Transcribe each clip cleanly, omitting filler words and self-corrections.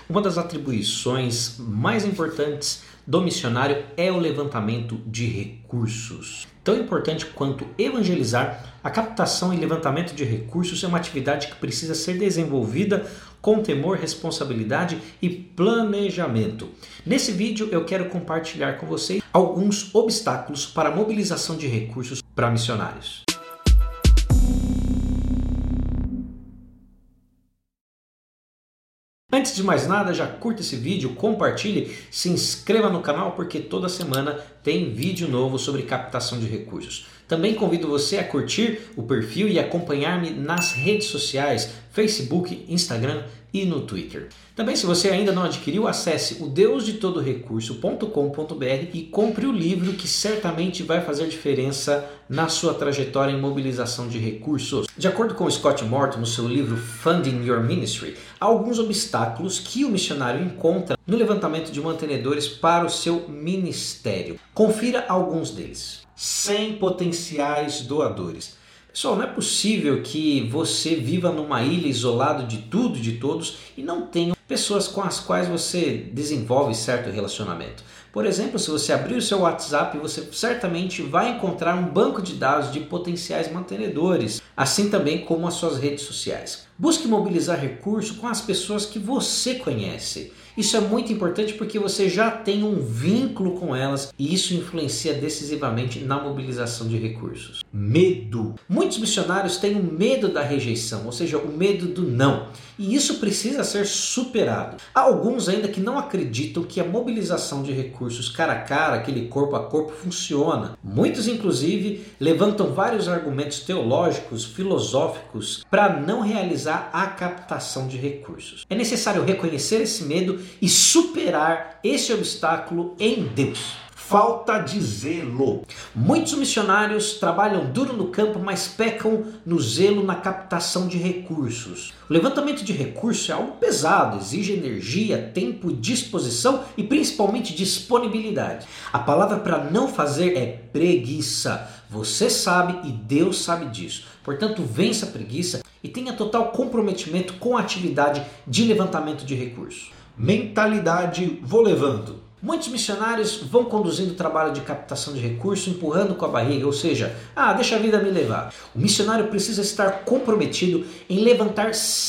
Uma das atribuições mais importantes do missionário é o levantamento de recursos. Tão importante quanto evangelizar, a captação e levantamento de recursos é uma atividade que precisa ser desenvolvida com temor, responsabilidade e planejamento. Nesse vídeo eu quero compartilhar com vocês alguns obstáculos para a mobilização de recursos para missionários. Antes de mais nada, já curta esse vídeo, compartilhe, se inscreva no canal porque toda semana tem vídeo novo sobre captação de recursos. Também convido você a curtir o perfil e acompanhar-me nas redes sociais, Facebook, Instagram e no Twitter. Também, se você ainda não adquiriu, acesse o deusdetodorecurso.com.br e compre o livro que certamente vai fazer diferença na sua trajetória em mobilização de recursos. De acordo com Scott Morton, no seu livro Funding Your Ministry, há alguns obstáculos que o missionário encontra no levantamento de mantenedores para o seu ministério. Confira alguns deles. 100 potenciais doadores. Pessoal, não é possível que você viva numa ilha isolado de tudo e de todos e não tenha pessoas com as quais você desenvolve certo relacionamento. Por exemplo, se você abrir o seu WhatsApp, você certamente vai encontrar um banco de dados de potenciais mantenedores, assim também como as suas redes sociais. Busque mobilizar recursos com as pessoas que você conhece. Isso é muito importante porque você já tem um vínculo com elas e isso influencia decisivamente na mobilização de recursos. Medo. Muitos missionários têm o medo da rejeição, ou seja, o medo do não. E isso precisa ser superado. Há alguns ainda que não acreditam que a mobilização de recursos cara a cara, aquele corpo a corpo, funciona. Muitos, inclusive, levantam vários argumentos teológicos, filosóficos, para não realizar a captação de recursos. É necessário reconhecer esse medo e superar esse obstáculo em Deus. Falta de zelo. Muitos missionários trabalham duro no campo, mas pecam no zelo na captação de recursos. O levantamento de recursos é algo pesado, exige energia, tempo, disposição e principalmente disponibilidade. A palavra para não fazer é preguiça. Você sabe e Deus sabe disso. Portanto, vença a preguiça e tenha total comprometimento com a atividade de levantamento de recursos. Mentalidade vou levando. Muitos missionários vão conduzindo o trabalho de captação de recursos, empurrando com a barriga, ou seja, deixa a vida me levar. O missionário precisa estar comprometido em levantar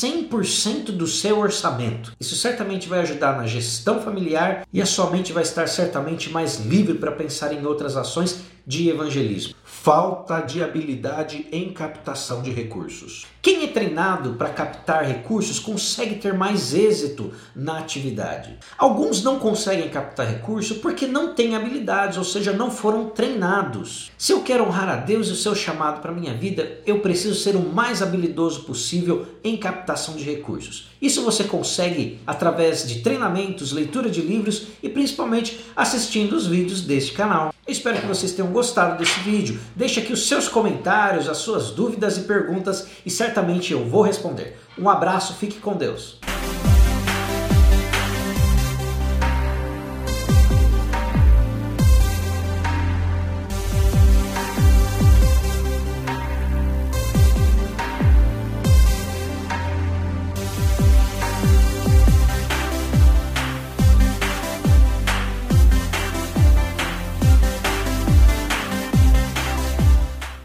100% do seu orçamento. Isso certamente vai ajudar na gestão familiar e a sua mente vai estar certamente mais livre para pensar em outras ações de evangelismo. Falta de habilidade em captação de recursos. Quem é treinado para captar recursos consegue ter mais êxito na atividade. Alguns não conseguem captar recursos porque não têm habilidades, ou seja, não foram treinados. Se eu quero honrar a Deus e o seu chamado para a minha vida, eu preciso ser o mais habilidoso possível em captação de recursos. Isso você consegue através de treinamentos, leitura de livros e principalmente assistindo os vídeos deste canal. Eu espero que vocês tenham gostado desse vídeo. Deixe aqui os seus comentários, as suas dúvidas e perguntas e certamente eu vou responder. Um abraço, fique com Deus.